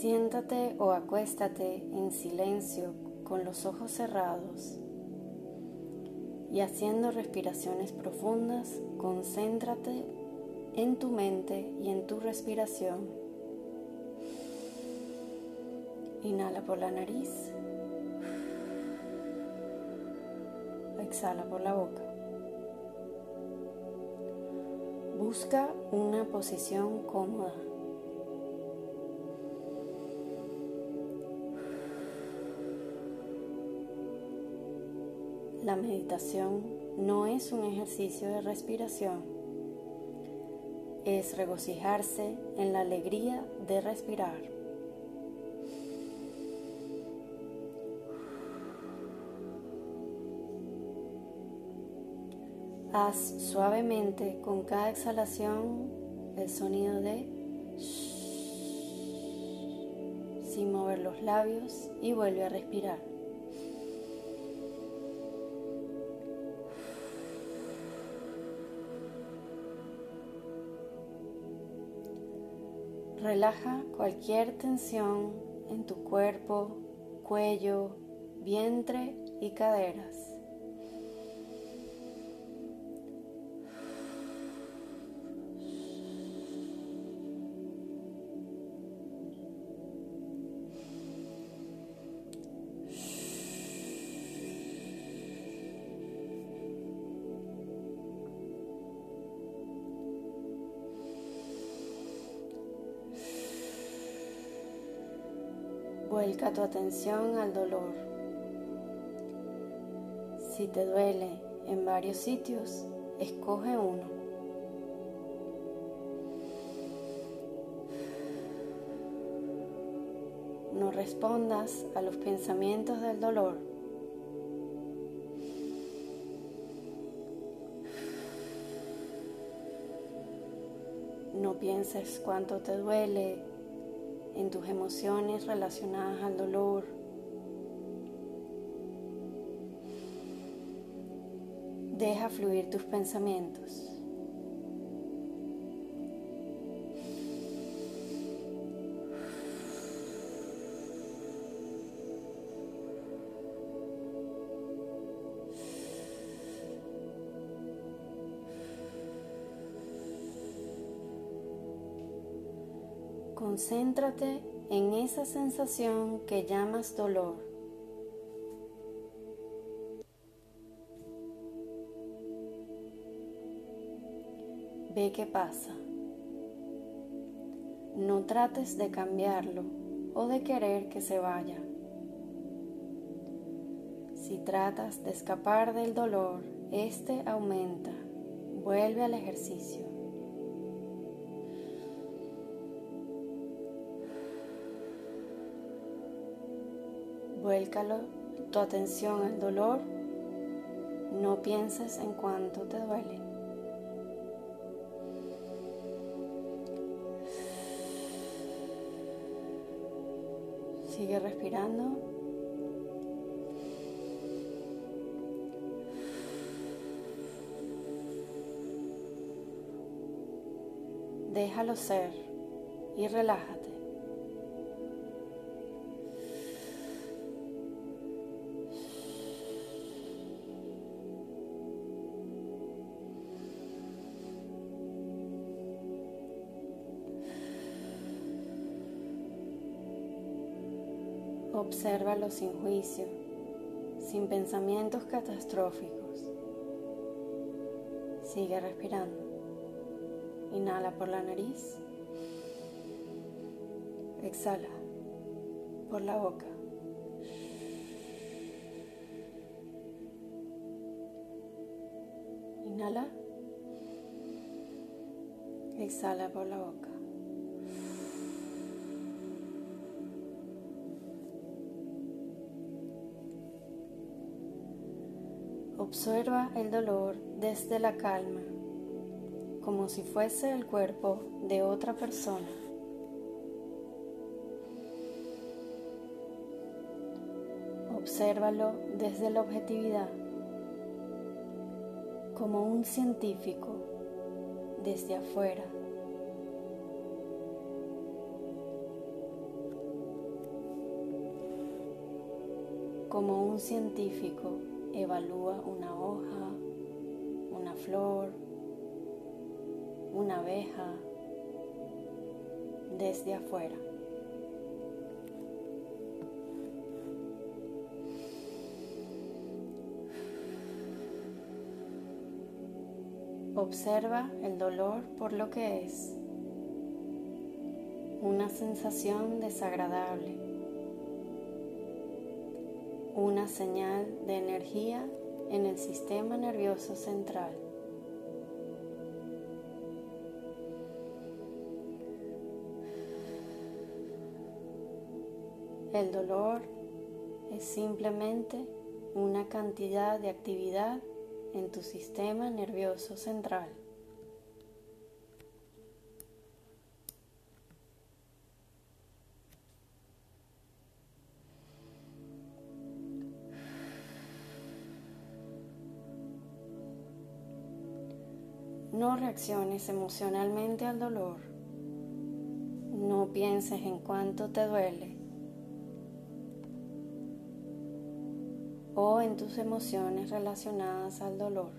Siéntate o acuéstate en silencio con los ojos cerrados y haciendo respiraciones profundas, concéntrate en tu mente y en tu respiración. Inhala por la nariz, exhala por la boca. Busca una posición cómoda. La meditación no es un ejercicio de respiración, es regocijarse en la alegría de respirar. Haz suavemente con cada exhalación el sonido de shh, sin mover los labios, y vuelve a respirar. Relaja cualquier tensión en tu cuerpo, cuello, vientre y caderas. Vuelca tu atención al dolor. Si te duele en varios sitios, escoge uno. No respondas a los pensamientos del dolor. No pienses cuánto te duele en tus emociones relacionadas al dolor. Deja fluir tus pensamientos. Concéntrate en esa sensación que llamas dolor. Ve qué pasa. No trates de cambiarlo o de querer que se vaya. Si tratas de escapar del dolor, este aumenta. Vuelve al ejercicio. Vuélcalo tu atención al dolor, no pienses en cuánto te duele. Sigue respirando. Déjalo ser y relájate. Obsérvalo sin juicio, sin pensamientos catastróficos. Sigue respirando. Inhala por la nariz. Exhala por la boca. Inhala. Exhala por la boca. Observa el dolor desde la calma, como si fuese el cuerpo de otra persona. Obsérvalo desde la objetividad, como un científico desde afuera. como un científico evalúa una hoja, una flor, una abeja desde afuera. Observa el dolor por lo que es, una sensación desagradable, una señal de energía en el sistema nervioso central. El dolor es simplemente una cantidad de actividad en tu sistema nervioso central. No reacciones emocionalmente al dolor. No pienses en cuánto te duele o en tus emociones relacionadas al dolor.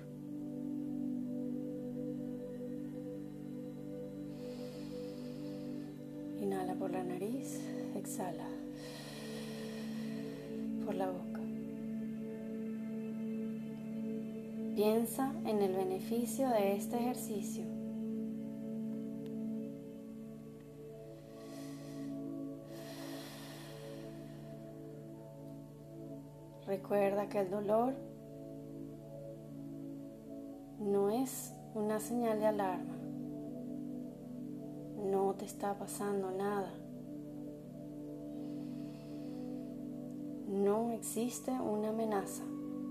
Inhala por la nariz, exhala por la boca. Piensa en el beneficio de este ejercicio. Recuerda que el dolor no es una señal de alarma. No te está pasando nada. No existe una amenaza.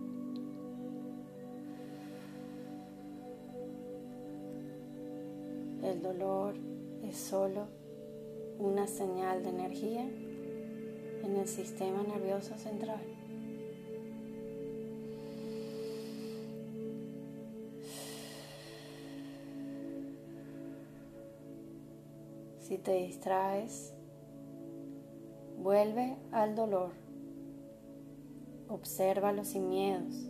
El dolor es solo una señal de energía en el sistema nervioso central. Si te distraes, vuelve al dolor. Obsérvalo sin miedos.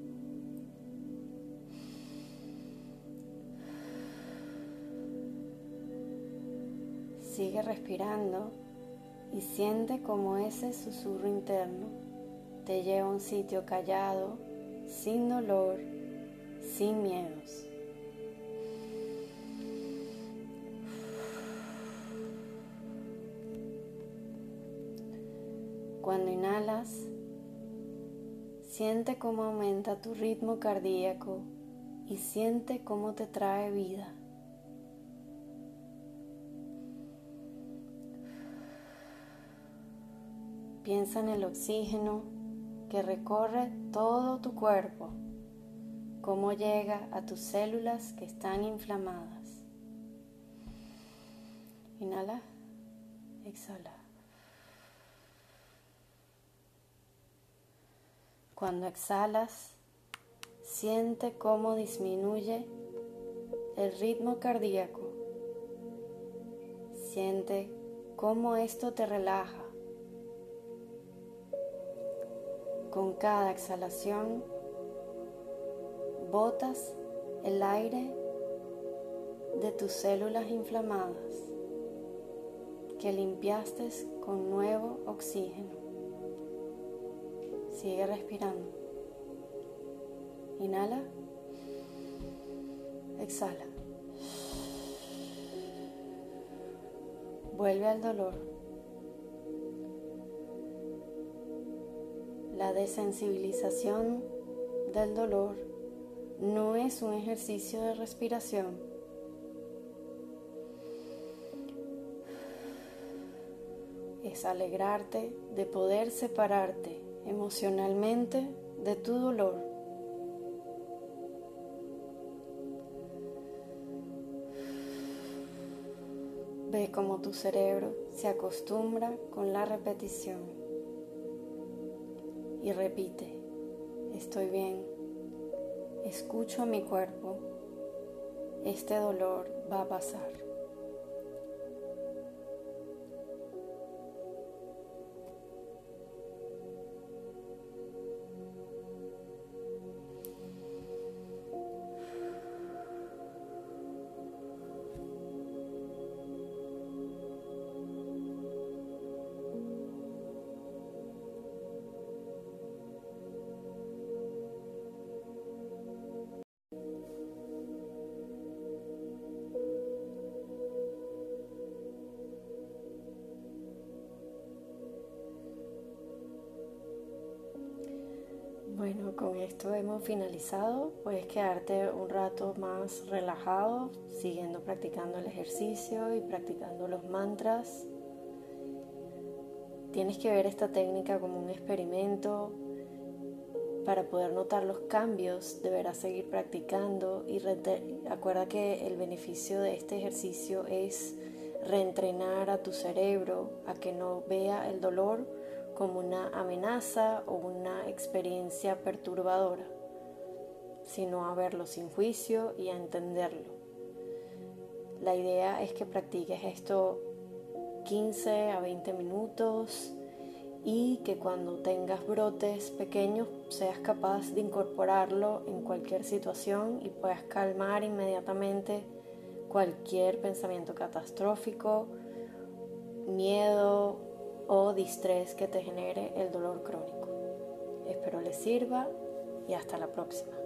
Sigue respirando y siente como ese susurro interno te lleva a un sitio callado, sin dolor, sin miedos. Cuando inhalas, siente cómo aumenta tu ritmo cardíaco y siente cómo te trae vida. Piensa en el oxígeno que recorre todo tu cuerpo, cómo llega a tus células que están inflamadas. Inhala, exhala. Cuando exhalas, siente cómo disminuye el ritmo cardíaco. Siente cómo esto te relaja. Con cada exhalación, botas el aire de tus células inflamadas que limpiaste con nuevo oxígeno. Sigue respirando. Inhala, exhala. Vuelve al dolor. La desensibilización del dolor no es un ejercicio de respiración. Es alegrarte de poder separarte emocionalmente de tu dolor. Ve cómo tu cerebro se acostumbra con la repetición. Y repite, estoy bien, escucho a mi cuerpo, este dolor va a pasar. Bueno, con esto hemos finalizado. Puedes quedarte un rato más relajado, siguiendo practicando el ejercicio y practicando los mantras. Tienes que ver esta técnica como un experimento. Para poder notar los cambios, deberás seguir practicando y acuerda que el beneficio de este ejercicio es reentrenar a tu cerebro a que no vea el dolor como una amenaza o una experiencia perturbadora, sino a verlo sin juicio y a entenderlo. La idea es que practiques esto 15 a 20 minutos y que cuando tengas brotes pequeños seas capaz de incorporarlo en cualquier situación y puedas calmar inmediatamente cualquier pensamiento catastrófico, miedo o distrés que te genere el dolor crónico. Espero les sirva y hasta la próxima.